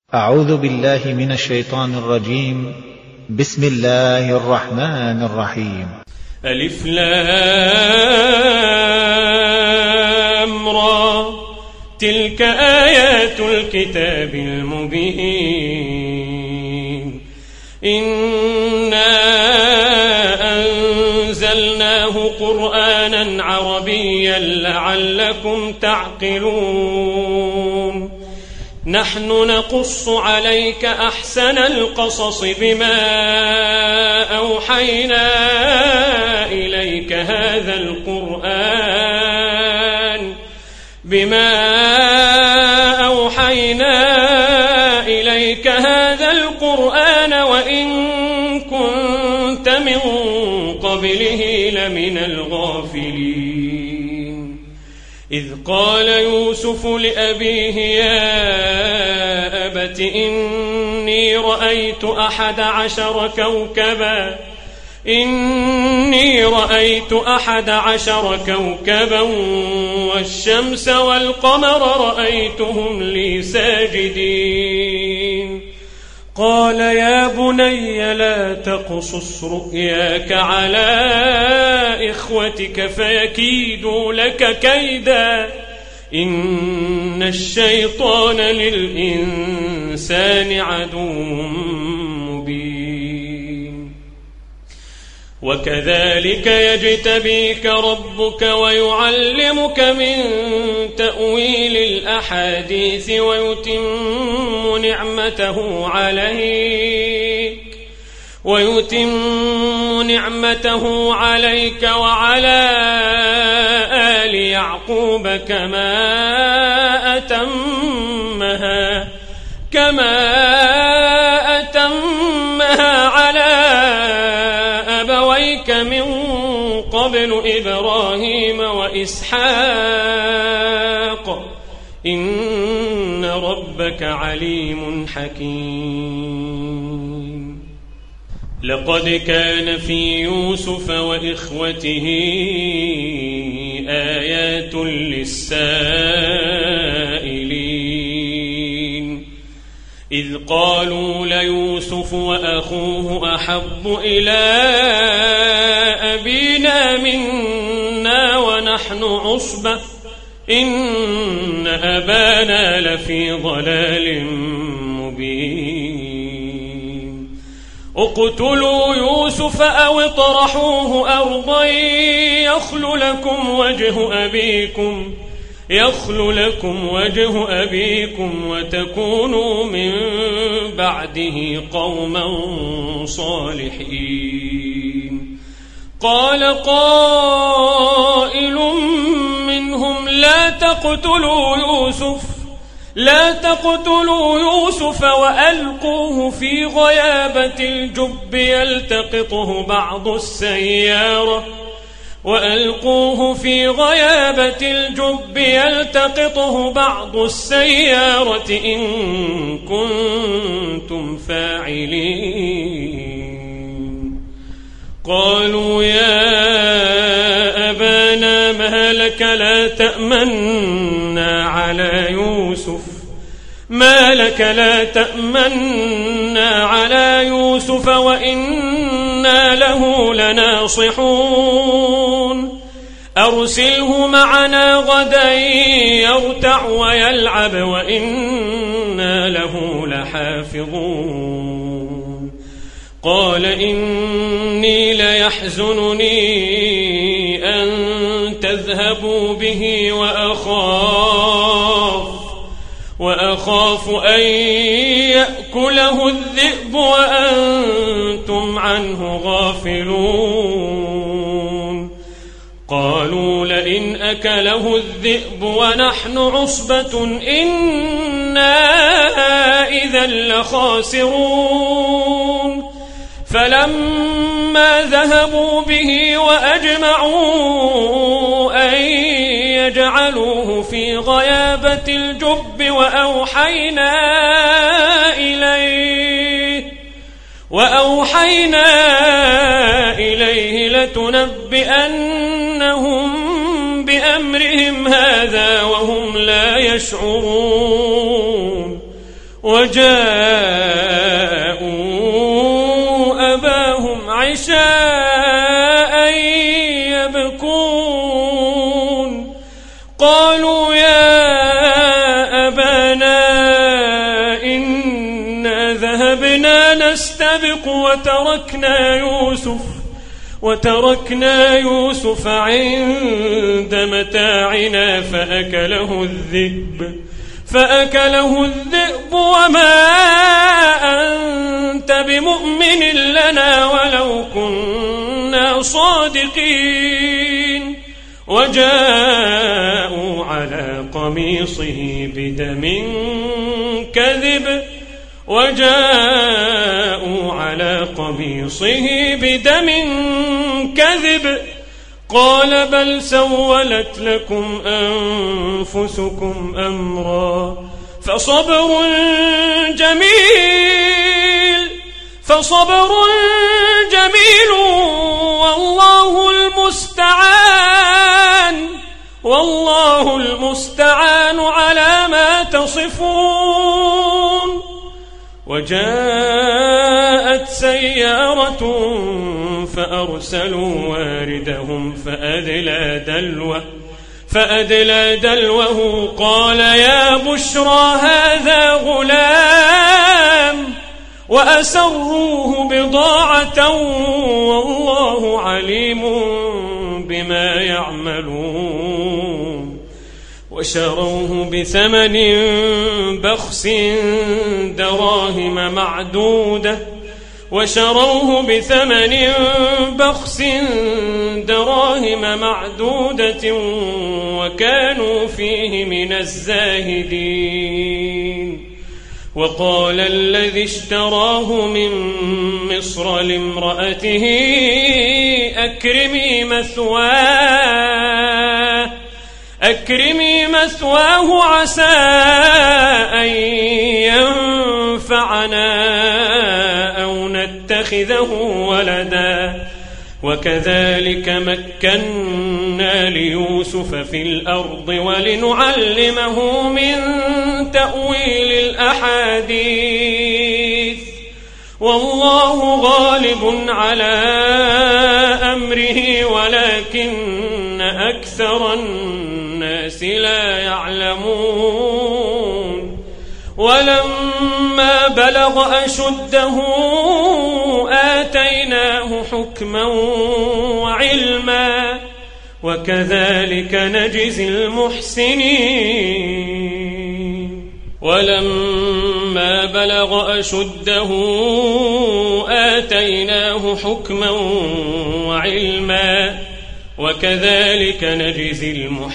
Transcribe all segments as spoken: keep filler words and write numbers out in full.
أعوذ بالله من الشيطان الرجيم. بسم الله الرحمن الرحيم. ألف لام را تلك آيات الكتاب المبين إنا أنزلناه قرآنا عربيا لعلكم تعقلون نحن نقص عليك أحسن القصص بما أوحينا إليك هذا القرآن بما أوحينا إليك هذا القرآن وإن كنت من قبله لمن الغافلين إذ قال يوسف لأبيه يا أبت إني رأيت أحد عشر كوكبا إني رأيت أحد عشر كوكبا والشمس والقمر رأيتهم لي ساجدين قال يا بني لا تقصص رؤياك على إخوتك فيكيدوا لك كيدا إن الشيطان للإنسان عدو مبين وكذلك يجتبيك ربك ويعلمك من تأويل الأحاديث ويتم نعمته عليك ويتم نعمته عليك وعلى آل يعقوب كما أتمها كما أتمها على أبويك من قبل إبراهيم وإسحاق إن ربك عليم حكيم لقد كان في يوسف وإخوته آيات للسائلين إذ قالوا ليوسف وأخوه أحب إلى أبينا منا ونحن عصبة إن أبانا لفي ضلال مبين اقتلوا يوسف أو اطرحوه أرضا يخل لكم وجه أبيكم يخل لكم وجه أبيكم وتكونوا من بعده قوما صالحين قال قائل منهم لا تقتلوا يوسف لا تقتلوا يوسف وألقوه في غيابة الجب يلتقطه بعض السيارة وألقوه في غيابة الجب يلتقطه بعض السيارة إن كنتم فاعلين قالوا يا أبانا ما لك لا تأمنا على يوسف ما لك لا تأمنا على يوسف وإنا له لناصحون أرسله معنا غدا يرتع ويلعب وإنا له لحافظون قال إني ليحزنني أن تذهبوا به وأخاف وأخاف أن يأكله الذئب وأنتم عنه غافلون قالوا لئن أكله الذئب ونحن عصبة إنا إذا لخاسرون فلما ذهبوا به وأجمعوا أن يجعلوه في غيابة الجب وأوحينا إليه وأوحينا إليه لتنبئنهم بأمرهم هذا وهم لا يشعرون وجاءوا أباهم عشاء يبكون قالوا يا أبانا إنا ذهبنا نستبق وتركنا يوسف وتركنا يوسف عند متاعنا فأكله الذئب فأكله الذئب وما أنت بمؤمن لنا ولو كنا صادقين وجاءوا على قميصه بدم كذب وجاءوا على قميصه بدم كذب قال بل سولت لكم أنفسكم أمرا فصبر جميل فصبر جميل والله المستعان والله المستعان على ما تصفون. وجاءت سيارة فأرسلوا واردهم فأدلى دلوه فأدلى دلوه قال يا بشرى هذا غلام وأسروه بضاعة والله عليم بما يعملون وشروه بثمن بخس دراهم معدودة وشروه بثمن بخس دراهم معدودة وكانوا فيه من الزاهدين. وقال الذي اشتراه من مصر لامرأته أكرمي مثواه أكرمي مثواه عسى أن ينفعنا أو نتخذه ولدا وكذلك مكنا ليوسف في الأرض ولنعلمه من تأويل الأحاديث والله غالب على أمره ولكن أكثر الناس لا يعلمون. ولما بلغ أشده آتيناه حكما وعلما وكذلك نجزي المحسنين. ولما بلغ أشده آتيناه حكما وعلما وكذلك نجزي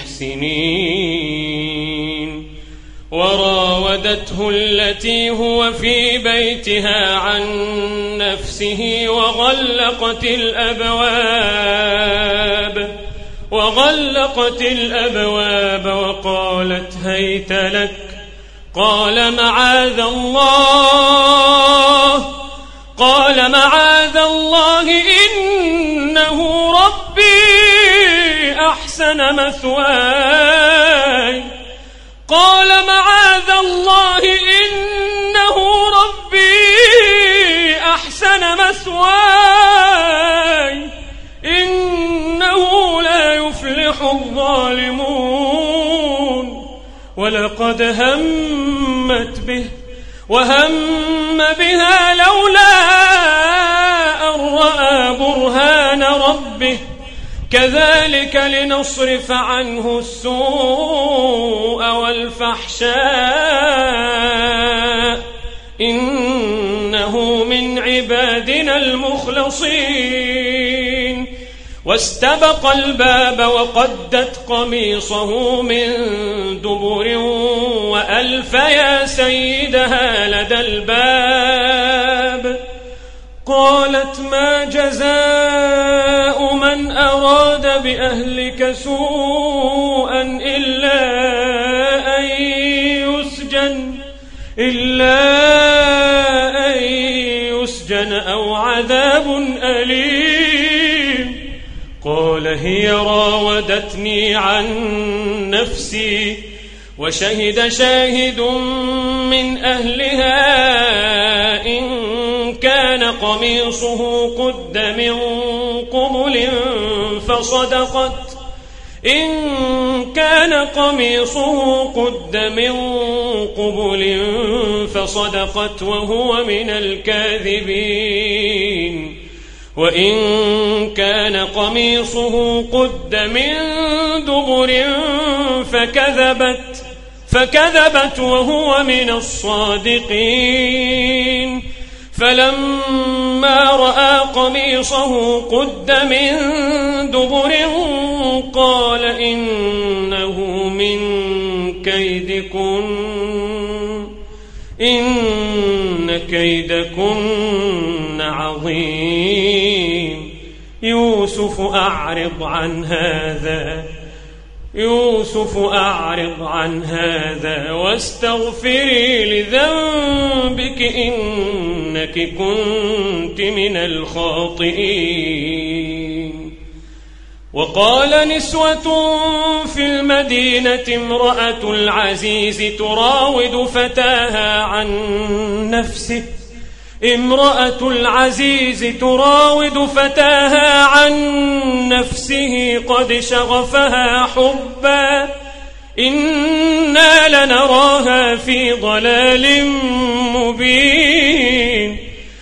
المحسنين. وراودته التي هو في بيتها عن نفسه وغلقت الأبواب وغلقت الأبواب وقالت هيت لك قال معاذ الله قال معاذ الله إنه ربي أحسن مثواي قال معاذ الله إنه ربي أحسن مثواي إنه لا يفلح الظالمون. ولقد همت به وهم بها لولا أن رأى برهان ربه كذلك لنصرف عنه السوء والفحشاء إنه من عبادنا المخلصين. واستبق الباب وقدت قميصه من دبر وألف يا سيدها لدى الباب قالت ما جزاء من أراد بأهلك سوءا إلا أن يسجن إلا أن يسجن أو عذاب أليم. قال هي راودتني عن نفسي وشهد شاهد من أهلها إن كان قميصه قد من قبل فصدقت إن كان قميصه قد من قبل فصدقت وهو من الكاذبين وإن كان قميصه قد من دبر فكذبت فكذبت وهو من الصادقين فلما رأى قميصه قد من دبر قال إنه من كيدكن إن كيدكن عظيم يوسف أعرض عن هذا يوسف أعرض عن هذا واستغفري لذنبك إنك كنت من الخاطئين. وقال نسوة في المدينة امرأة العزيز تراود فتاها عن نفسه امرأة العزيز تراود فتاها عن نفسه قد شغفها حبا إنا لنراها في ضلال مبين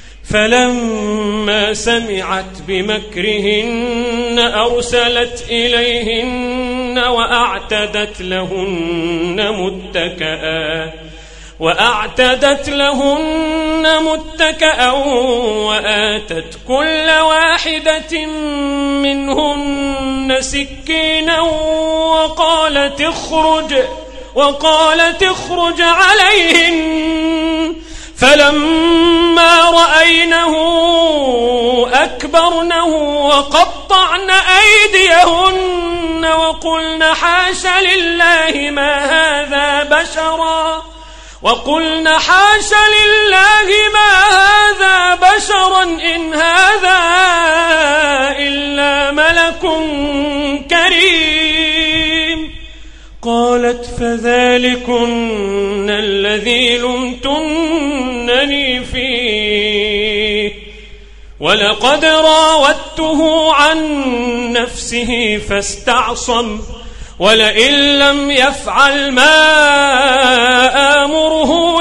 فلما سمعت بمكرهن أرسلت إليهن وأعتدت لهن متكئا وأعتدت لهن متكئا وآتت كل واحدة منهن سكينا وقالت اخرج وقالت اخرج عليهن فلما رأينه أكبرنه وقطعن أيديهن وقلن حاش لله ما هذا بشرا وقلن حاش لله ما هذا بشرا إن هذا إلا ملك كريم. قالت فذلكن الذي لمتنني فيه ولقد راودته عن نفسه فاستعصم ولئن لم يفعل ما آمره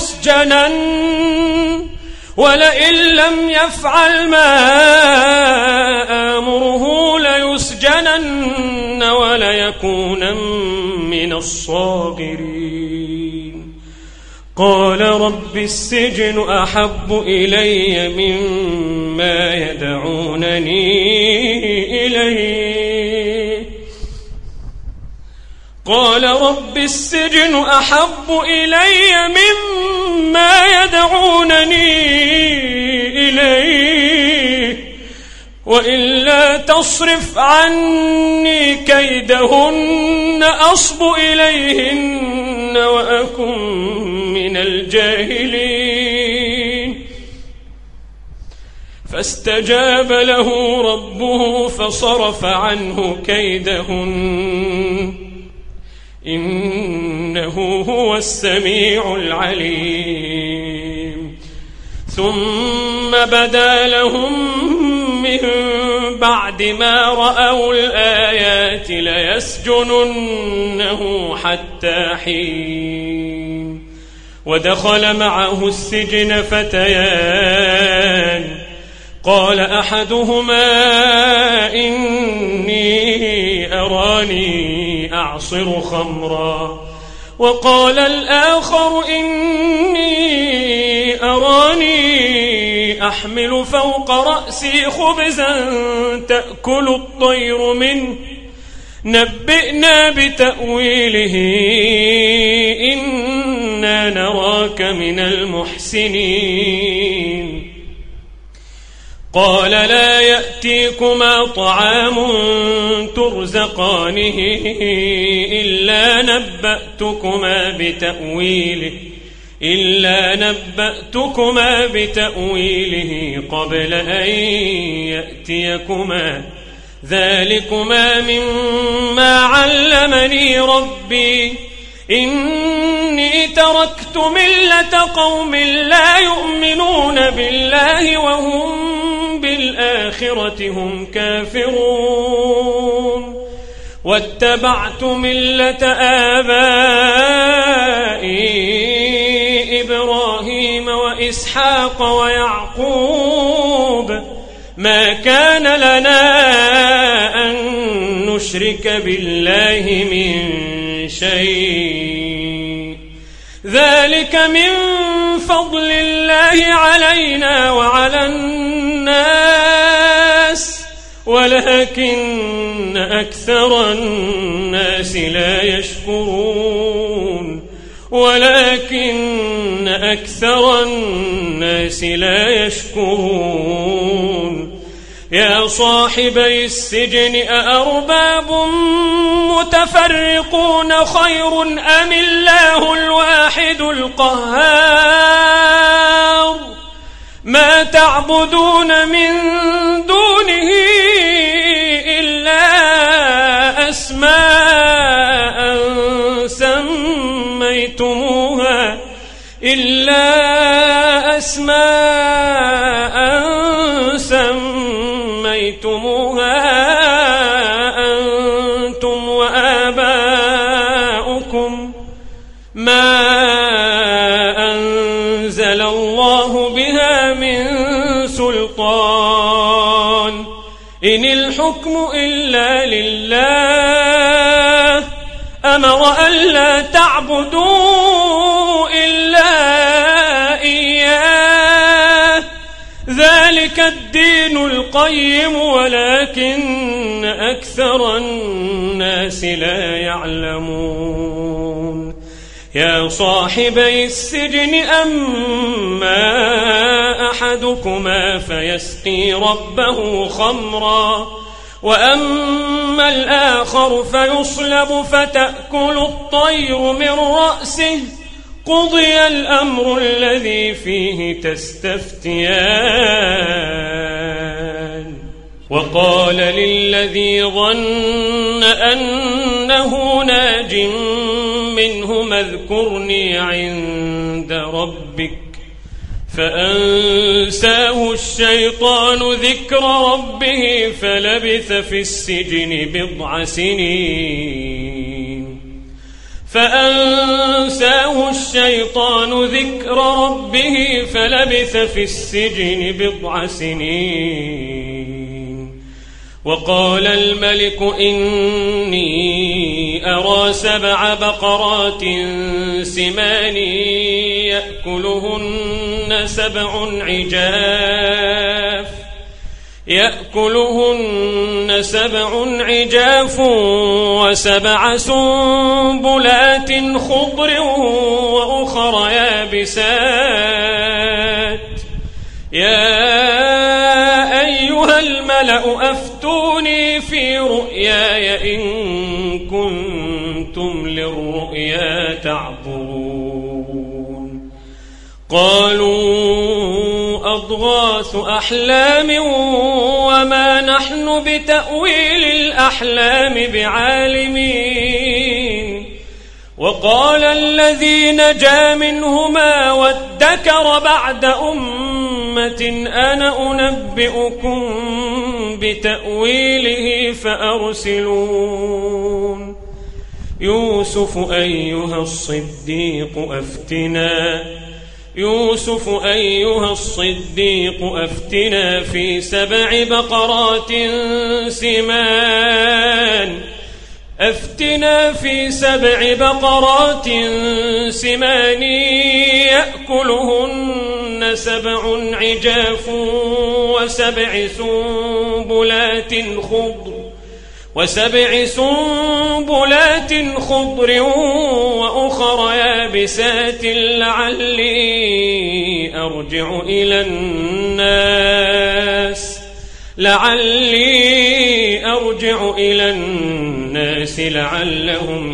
ليسجنن ولئن لم يفعل ما آمره ليسجنن وليكونن من الصاغرين. قال رب السجن أحب إلي مما يدعونني إليه قال رب السجن أحب إلي مما يدعونني إليه وإلا تصرف عني كيدهن أصب إليهن وأكن من الجاهلين. فاستجاب له ربه فصرف عنه كيدهن إنه هو السميع العليم. ثم بدا لهم من بعد ما رأوا الآيات ليسجننه حتى حين. ودخل معه السجن فتيان قال أحدهما إني أراني أعصر خمرا وقال الآخر إني أراني أحمل فوق رأسي خبزا تأكل الطير منه نبئنا بتأويله إنا نراك من المحسنين. قال لا يأتيكما طعام ترزقانه إلا نبأتكما بتأويله إلا نبأتكما بتأويله قبل أن يأتيكما ذلكما مما علمني ربي إني تركت ملة قوم لا يؤمنون بالله وهم بالآخرة هم كافرون واتبعت ملة آبائي إبراهيم وإسحاق ويعقوب ما كان لنا أن نشرك بالله من شيء ذلك من فضل الله علينا وعلى الناس ولكن أكثر الناس لا يشكرون ولكن أكثر الناس لا يشكرون يا صاحبي السجن أأرباب متفرقون خير أم الله الواحد القهار ما تعبدون من دونه إلا أسماء سميتموها إلا أسماء سميتموها أنتم وآباؤكم ما أنزل الله بها من سلطان إن الحكم إلا لله أمر ألا تعبدوا إلا إياه ذلك الدين القيم ولكن أكثر الناس لا يعلمون يا صاحبي السجن أما أحدكما فيسقي ربه خمرا وأما الآخر فيصلب فتأكل الطير من رأسه قضي الأمر الذي فيه تستفتيان وقال للذي ظن أنه ناج منهما اذكرني عند ربك فأنساه الشيطان ذكر ربه فلبث في السجن بضع سنين فأنساه الشيطان ذكر ربه فلبث في السجن بضع سنين وقال الملك إني أرى سبع بقرات سمان يأكلهن سبع عجاف يأكلهن سبع عجاف وسبع سنبلات خضر وأخر يابسات يا أيها الملأ أفتوني في رؤياي إن كنتم للرؤيا تعبرون قالوا أضغاث أحلام وما نحن بتأويل الأحلام بعالمين وقال الذي نجا منهما وادكر بعد أمة أنا أنبئكم بتأويله فأرسلون يوسف أيها الصديق أفتنا يوسف أيها الصديق أفتنا في سبع بقرات سمان أفتنا في سبع بقرات سمان يأكلهن سبع عجاف وسبع سنبلات خضر وسبع سنبلات خضر وأخر يابسات لعلي أرجع إلى الناس لعلي أرجع إلى الناس لعلهم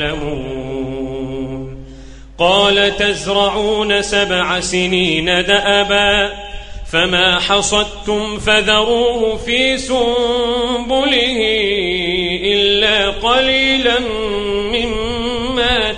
يعلمون قال تزرعون سبع سنين دأبا فما حصدتم فذروه في سنبله إلا قليلا مما ما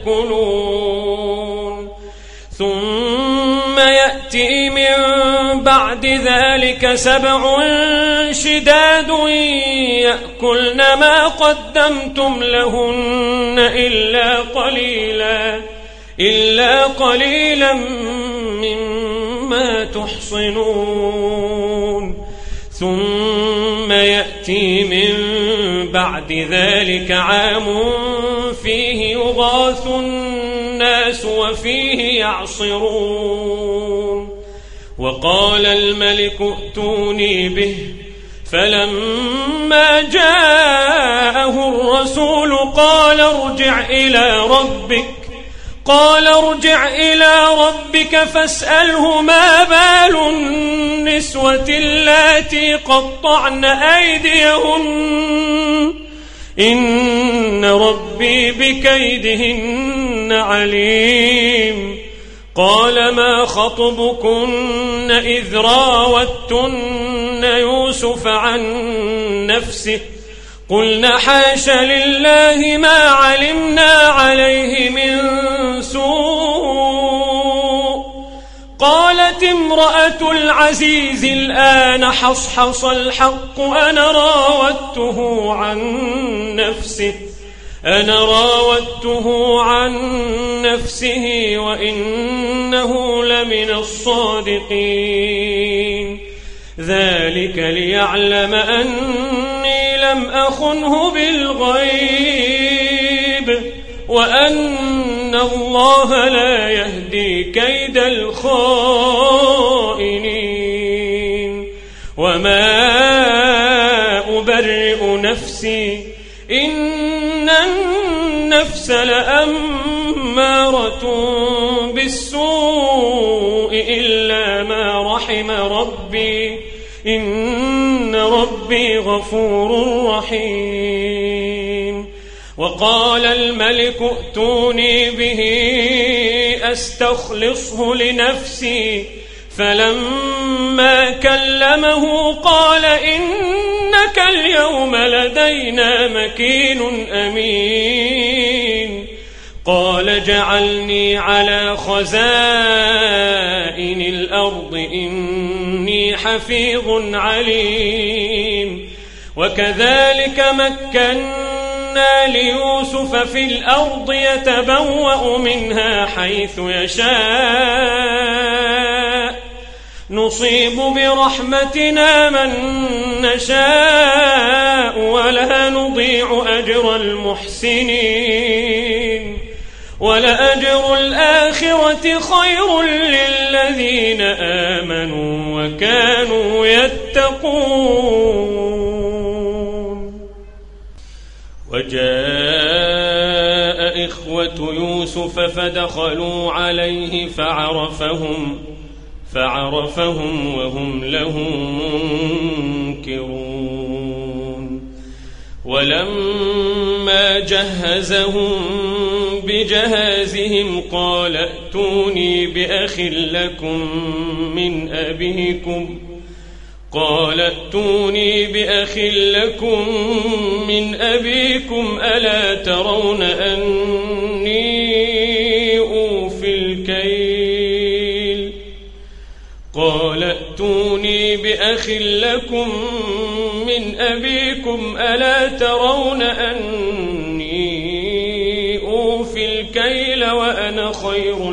تأكلون ثم يأتي من بعد ذلك سبع شداد يأكلن ما قدمتم لهن إلا قليلا إلا قليلا مما تحصنون ثم يأتي من بعد ذلك عام فيه يغاث الناس وفيه يعصرون وقال الملك ائتوني به فلما جاءه الرسول قال ارجع إلى ربك قال ارجع إلى ربك فاسأله ما بال النسوة اللاتي قطعن أيديهن إن ربي بكيدهن عليم قال ما خطبكن إذ راوتن يوسف عن نفسه قلنا حاش لله ما علمنا عليه من سوء قالت امرأة العزيز الآن حصحص الحق أنا راودته عن نفسه أنا راودته عن نفسه وإنه لمن الصادقين ذلك ليعلم أني لم أخنه بالغيب وأن الله لا يهدي كيد الخائنين وما أبرئ نفسي إن النفس لأمارة بالسوء إلا ما رحم ربي إن ربي غفور رحيم وقال الملك ائتوني به أستخلصه لنفسي فلما كلمه قال إنك اليوم لدينا مكين أمين قال جعلني على خزائن الأرض إني حفيظ عليم وكذلك مكنا ليوسف في الأرض يتبوأ منها حيث يشاء نصيب برحمتنا من نشاء ولا نضيع أجر المحسنين ولأجر الآخرة خير للذين آمنوا وكانوا يتقون وجاء إخوة يوسف فدخلوا عليه فعرفهم فعرفهم وهم له منكرون ولما جهزهم بجهازهم قال ائتوني بأخ لكم من أبيكم قال ائتوني بأخ لكم من أبيكم ألا ترون أني أوفي الكيل قال ائتوني بأخ لكم من أبيكم ألا ترون أني أوفي الكيل وأنا خير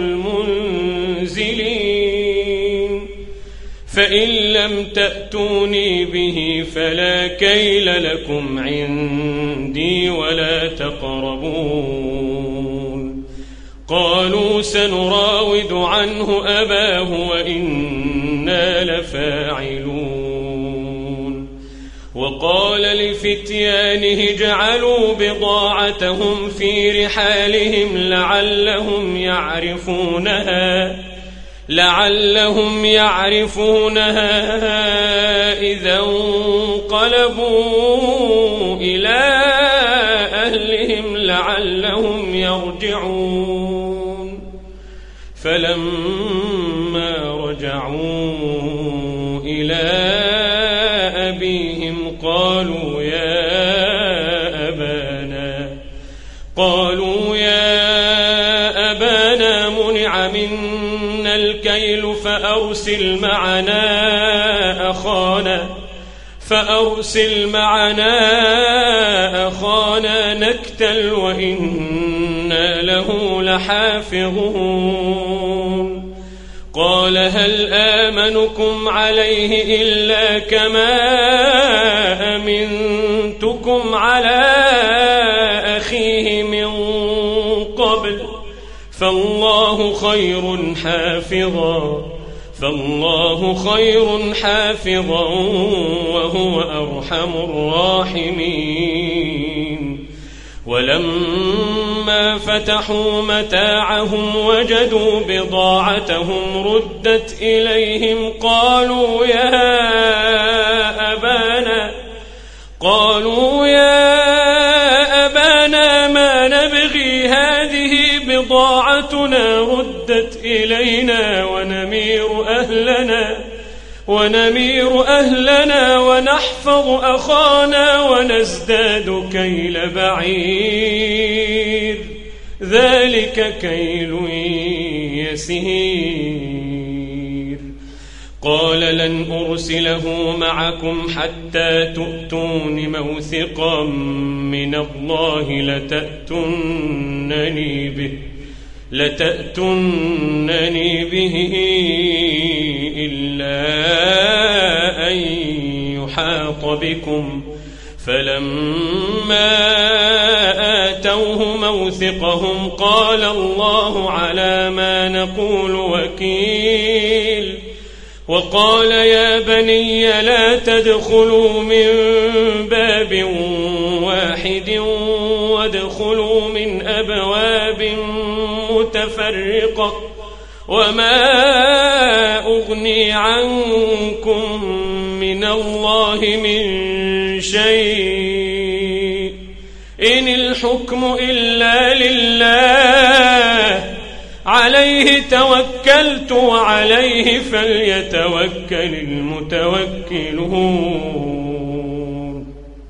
المنزلين فإن لم تأتوني به فلا كيل لكم عندي ولا تقربون قالوا سنراود عنه أباه وإنا لفاعلون وقال لفتيانه جعلوا بضاعتهم في رحالهم لعلهم يعرفونها لعلهم يعرفونها إذا انقلبوا إلى أهلهم لعلهم يرجعون فلما رجعوا إلى أبيهم قالوا يا أبانا قالوا يا فأرسل معنا أخانا فأرسل معنا أخانا نكتل وإنا له لحافظون قال هل آمنكم عليه إلا كما أمنتكم على أخيه من قبل فالله خير حافظا فالله خير حافظا وهو أرحم الراحمين ولما فتحوا متاعهم وجدوا بضاعتهم ردت إليهم قالوا يا أبانا قالوا يا أبانا ما نبغي هذه بضاعتنا ردت إلينا ونمير أهلنا ونمير أهلنا ونحفظ أخانا ونزداد كيل بعير ذلك كيل يسير قال لن أرسله معكم حتى تؤتون موثقا من الله لتأتونني به لتأتونني به إلا أن يحاط بكم فلما آتوه موثقهم قال الله على ما نقول وكيل وقال يا بني لا تدخلوا من باب واحد وادخلوا من أبواب متفرقة وما أغني عنكم من الله من شيء إن الحكم إلا لله عليه توكلت وعليه فليتوكل المتوكلون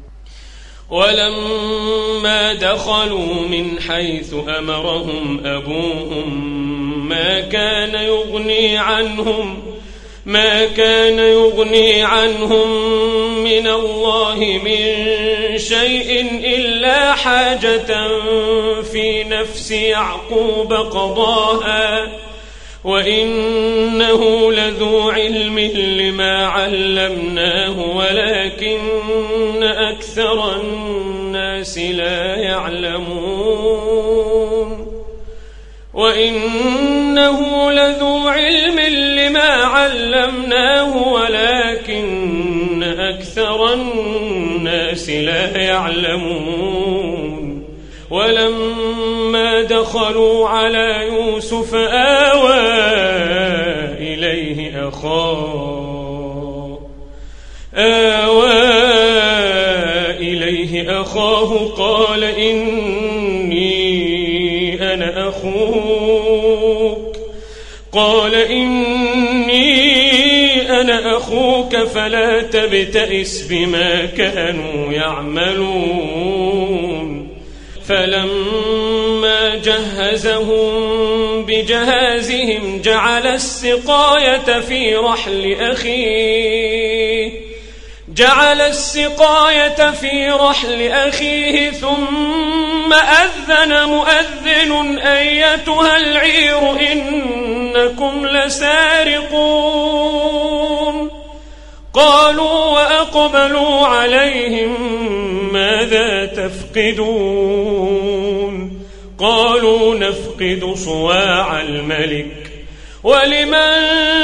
ولما دخلوا من حيث أمرهم أبوهم ما كان يغني عنهم ما كان يغني عنهم من الله من شيء إلا حاجة في نفس يعقوب قضاها وإنه لذو علم لما علمناه ولكن أكثر الناس لا يعلمون وإنه لذو علم لما علمناه ولكن أكثر الناس لا يعلمون ولما دخلوا على يوسف آوى إليه أخاه آوى إليه أخاه قال إني أنا أخوك قال إني أنا أخوك فلا تبتئس بما كانوا يعملون فلما جهزهم بجهازهم جعل السقاية في رحل أخيه جعل السقاية في رحل أخيه ثم أذن مؤذن أيتها العير إنكم لسارقون قالوا وأقبلوا عليهم ماذا تفقدون قالوا نفقد صواع الملك ولمن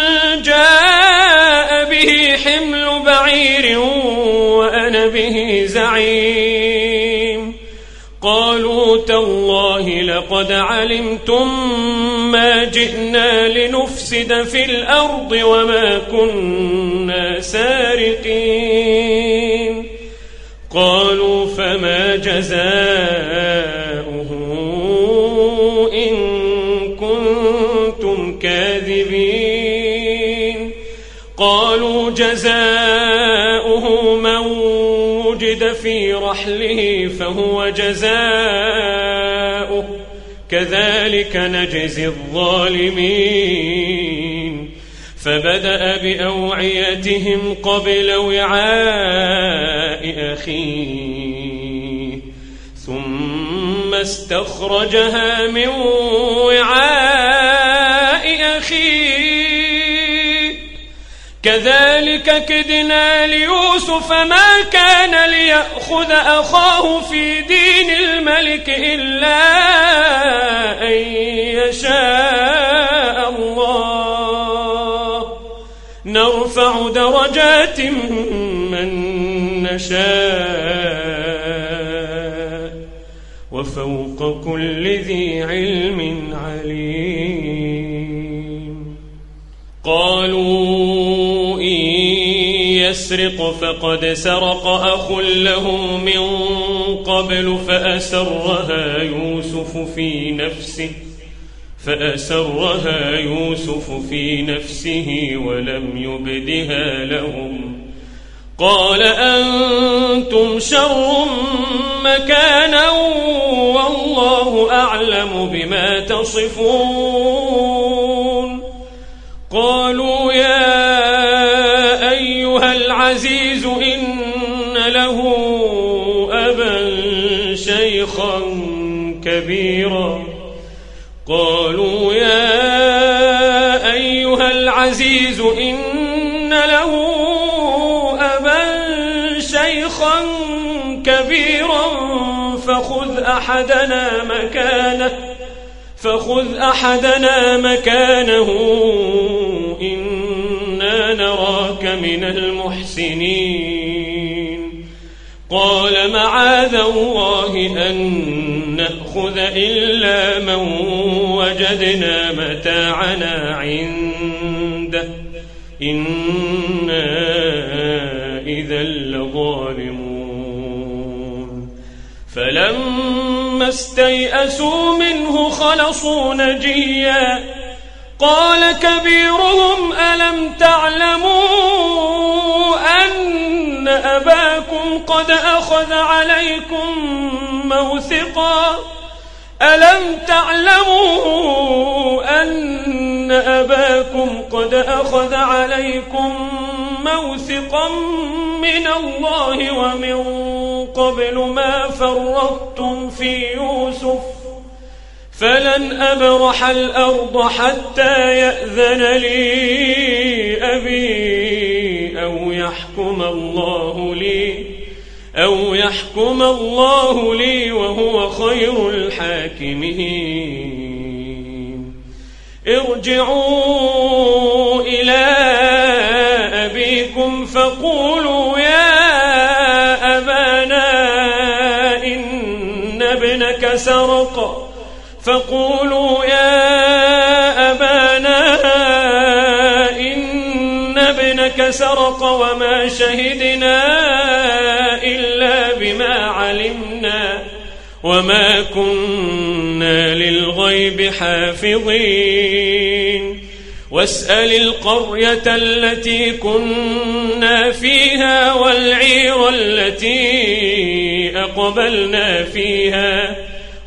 جاء به حمل بعير وأنا به زعيم قالوا تالله لقد علمتم ما جئنا لنفسد في الأرض وما كنا سارقين قالوا فما جزاؤه إن كنتم كاذبين قالوا جزاؤه من وجد في رحله فهو جزاؤه كذلك نجزي الظالمين فبدأ بأوعيتهم قبل وعاء أخيه ثم استخرجها من وعاء أخيه كذلك كدنا ليوسف ما كان ليأخذ أخاه في دين الملك إلا أن يشاء الله نرفع درجات من نشاء وفوق كل ذي علم عليم. قالوا إن يسرق فقد سرق أخ له من قبل فأسرها يوسف في نفسه فأسرها يوسف في نفسه ولم يبدها لهم قال أنتم شر مكانا والله أعلم بما تصفون. قالوا يا أيها العزيز إن له أبا شيخا كبيرا قالوا يا أيها العزيز إن له أبا شيخا كبيرا فخذ أحدنا مكانه فخذ أحدنا مكانه إنا نراك من المحسنين. قال معاذ الله أن نأخذ إلا من وجدنا متاعنا عنده إنا إذا لظالمون. فلما استيئسوا منه خلصوا نجيا قال كبيرهم ألم تعلموا أن أباكم قد أخذ عليكم موثقا ألم تعلموا أن أباكم قد أخذ عليكم موثقا من الله ومن قبل ما فرطتم في يوسف فلن أبرح الأرض حتى يأذن لي أبي أو يحكم الله لي أو يحكم الله لي وهو خير الحاكمين. ارجعوا إلى أبيكم فقولوا يا أبانا إن ابنك سرق فقولوا يا أبانا إن ابنك سرق وما شهدنا إلا بما علمنا وما كنا للغيب حافظين. واسأل القرية التي كنا فيها والعير التي أقبلنا فيها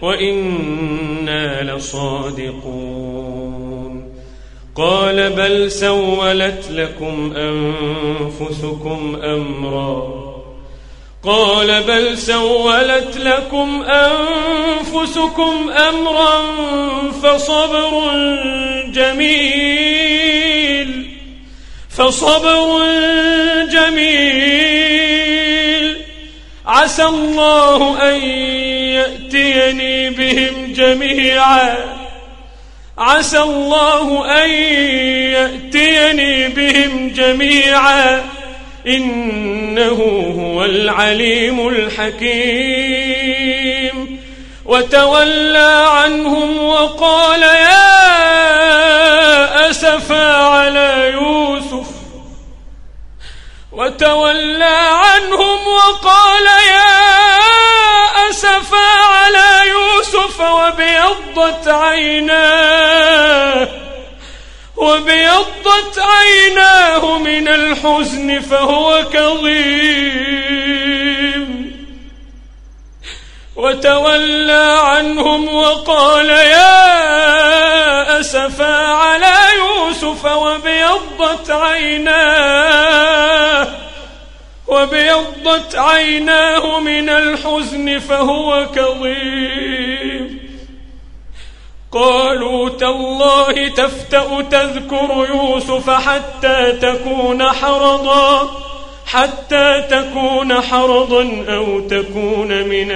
وإنا لصادقون. قال بل سولت لكم أنفسكم أمرا قال بل سولت لكم أنفسكم أمرا فصبر جميل فصبر جميل عسى الله أن يأتيني بهم جميعا عسى الله أن يأتيني بهم جميعا إنه هو العليم الحكيم. وتولى عنهم وقال يا أسفا على يوسف وتولى عنهم وقال يا أسفا على يوسف وابيضت عيناه وابيضت عيناه من الحزن فهو كظيم. وتولى عنهم وقال يا أسفا على يوسف وابيضت عيناه وابيضت عيناه من الحزن فهو كظيم. قالوا تالله تفتأ تذكر يوسف حتى تكون حرضا حتى تكون حرضا أو تكون من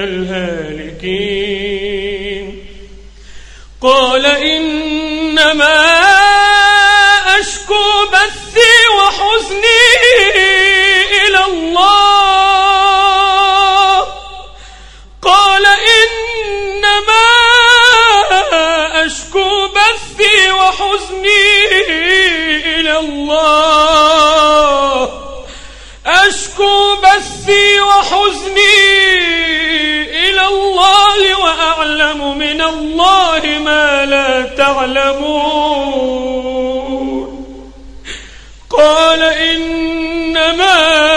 الهالكين. قال إنما أشكو بثي وحزني إلى الله قال إنما أشكو بثي وحزني إلى الله أشكو بثي وحزني إلى الله وأعلم من الله ما لا تعلمون. قال إنما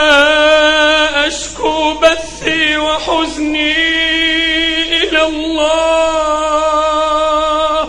أشكو بثي وحزني إلى الله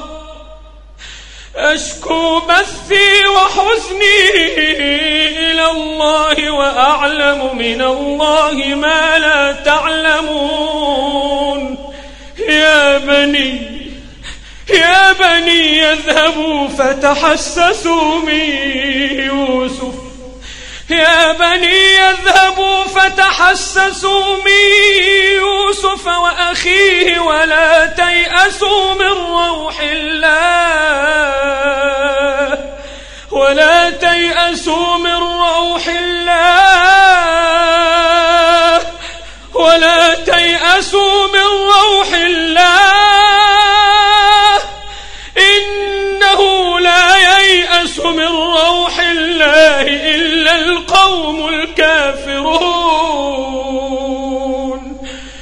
أشكو بثي وحزني إلى الله وأعلم من الله ما لا تعلمون. يا بني يا بني يذهبوا فتحسسوا من يوسف يا بني يذهبوا فتحسسوا من يوسف وأخيه ولا تيأسوا من روح الله ولا تيأسوا من روح الله ولا تيأسوا من روح الله إنه لا ييأس من روح الله إلا القوم الكافرون.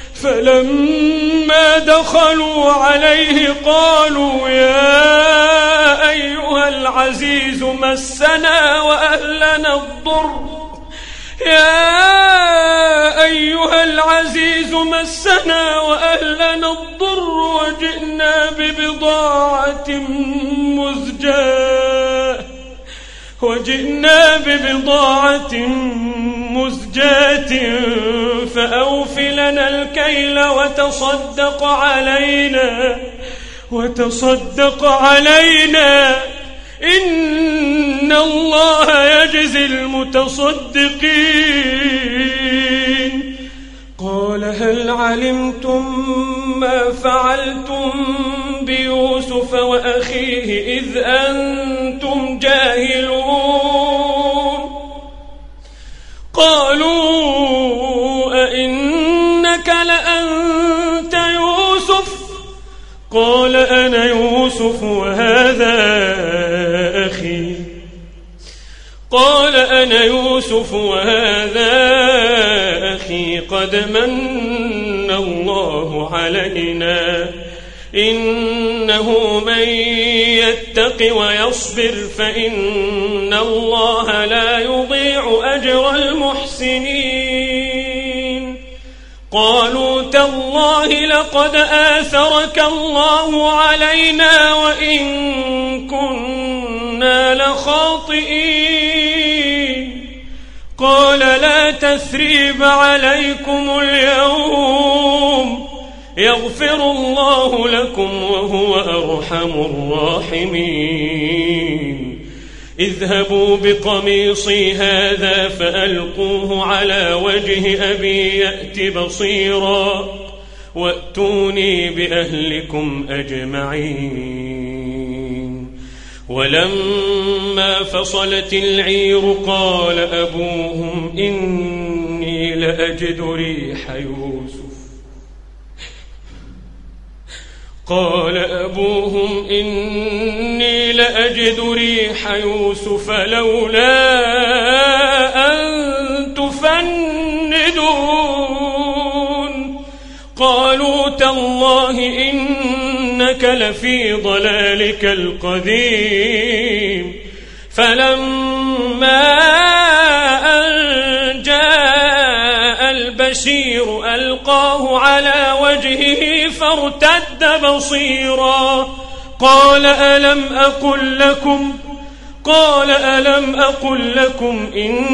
فلما دخلوا عليه قالوا يا أيها العزيز مسنا وأهلنا الضر يا أيها العزيز مسنا وأهلنا الضر وجئنا ببضاعة مزجاة وجئنا ببضاعة مزجاة فأوف لنا الكيل وتصدق علينا وتصدق علينا إن الله يجزي المتصدقين. قال هل علمتم ما فعلتم بيوسف وأخيه إذ أنتم جاهلون؟ قالوا أئنك لأنت يوسف؟ قال أنا يوسف وهذا أخي قال أنا يوسف وهذا أخي قد من الله علينا إنه من يتق ويصبر فإن الله لا يضيع أجر المحسنين. قالوا تالله لقد آثرك الله علينا وإن كنا لخاطئين. قال لا تثريب عليكم اليوم يغفر الله لكم وهو أرحم الراحمين. اذهبوا بقميصي هذا فألقوه على وجه أبي يأت بصيرا وأتوني بأهلكم أجمعين. ولما فصلت العير قال أبوهم إني لأجد ريح يوسف قال أبوهم إني لأجد ريح يوسف لولا أن تفندون. قالوا تالله إنك لفي ضلالك القديم. فلما أن جاء البشير ألقاه على وجهه فارتد بصيرا قال ألم أقل لكم قال ألم أقل لكم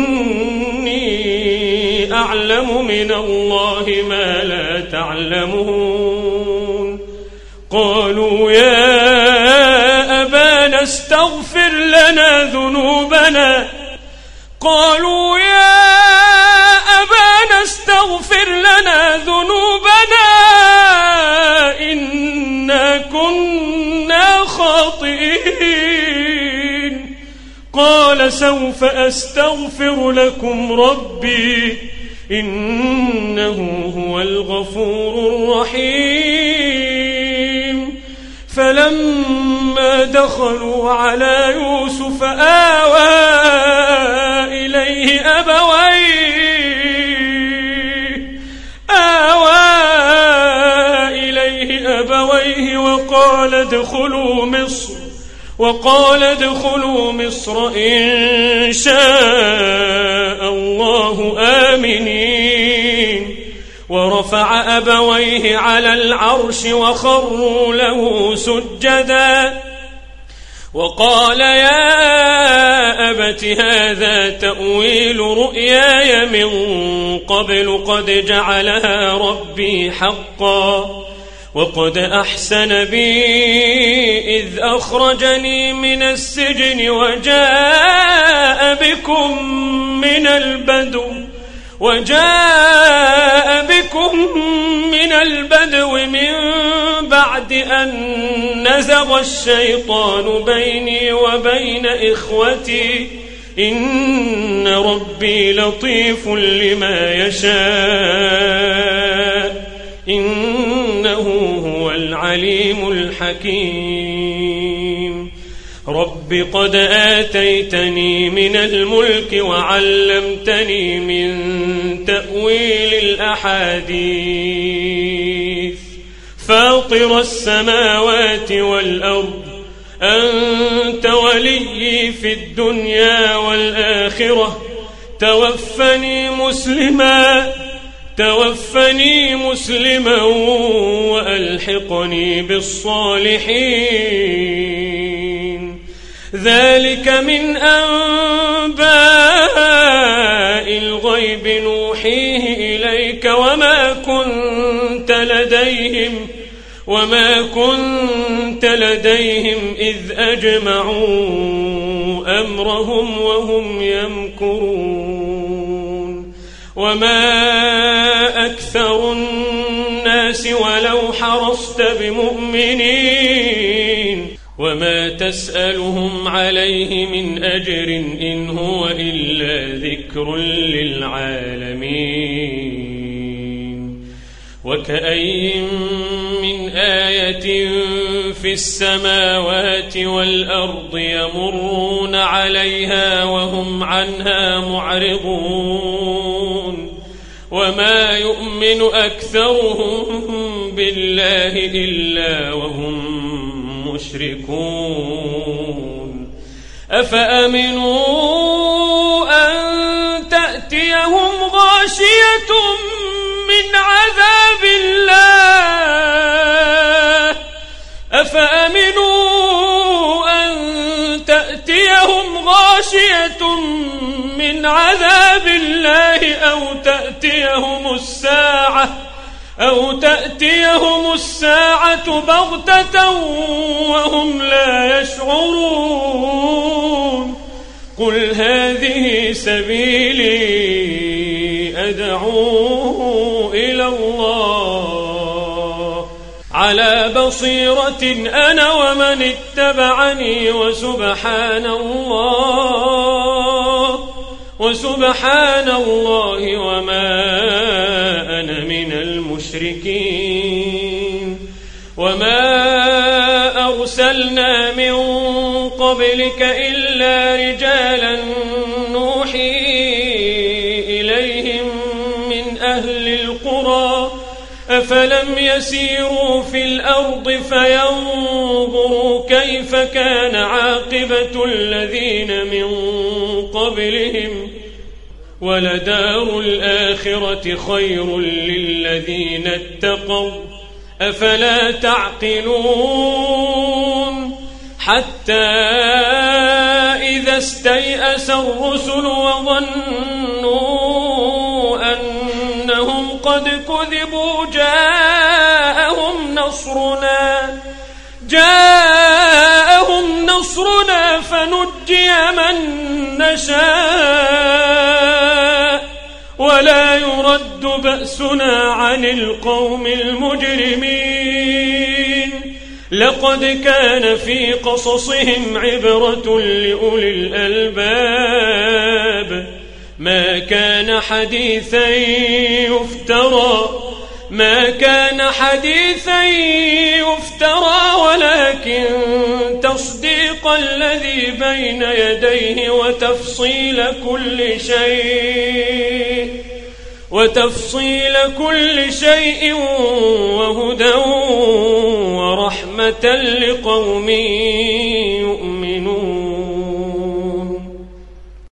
إني أعلم من الله ما لا تعلمون قالوا يا أبانا استغفر لنا ذنوبنا قالوا يا أبانا استغفر لنا ذنوبنا إنا كنا خاطئين قال سوف أستغفر لكم ربي إنه هو الغفور الرحيم فلما دخلوا على يوسف آوى إليه أبويه آوى إليه أبويه وقال ادخلوا مصر وقال ادخلوا مصر إن شاء الله آمنين ورفع أبويه على العرش وخروا له سجدا وقال يا أبت هذا تأويل رؤياي من قبل قد جعلها ربي حقا وقد أحسن بي إذ أخرجني من السجن وجاء بكم من البدو وجاء بكم من البدو من بعد أن نزغ الشيطان بيني وبين إخوتي إن ربي لطيف لما يشاء إنه هو العليم الحكيم رب قد آتيتني من الملك وعلمتني من تأويل الأحاديث فاطر السماوات والأرض أنت ولي في الدنيا والآخرة توفني مسلما توفني مسلما وألحقني بالصالحين ذلك من أنباء الغيب نوحيه إليك وما كنت لديهم وما كنت لديهم إذ أجمعوا أمرهم وهم يمكرون وما أكثر الناس ولو حرصت بمؤمنين وما تسألهم عليه من أجر إن هو إلا ذكر للعالمين وكأي من آية في السماوات والأرض يمرون عليها وهم عنها معرضون وما يؤمن أكثرهم بالله إلا وهم مشركون أفأمنوا أن تأتيهم غاشية من عذاب الله أفأمنوا أن تأتيهم غاشية من عذاب الله أو تأتيهم الساعة أو تأتيهم الساعة بغتة وهم لا يشعرون قل هذه سبيلي أدعو إلى الله على بصيرة أنا ومن اتبعني وسبحان الله وسبحان الله وما أنا من المشركين وما أرسلنا من قبلك إلا رجالا نوحي إليهم من أهل القرى أفلم يسيروا في الأرض فينظروا كيف كان عاقبة الذين من قبلهم ولدار الآخرة خير للذين اتقوا أفلا تعقلون حتى إذا استيأس الرسل وظنوا أنهم قد كذبوا جاءهم نصرنا جاءهم نصرنا فنجي من نشاء ولا يرد بأسنا عن القوم المجرمين. لقد كان في قصصهم عبرة لأولي الألباب ما كان حديثا يفترى ما كان حديثا يفترى ولكن تصديق الذي بين يديه وتفصيل كل شيء وتفصيل كل شيء وهدى ورحمة لقوم يؤمنون.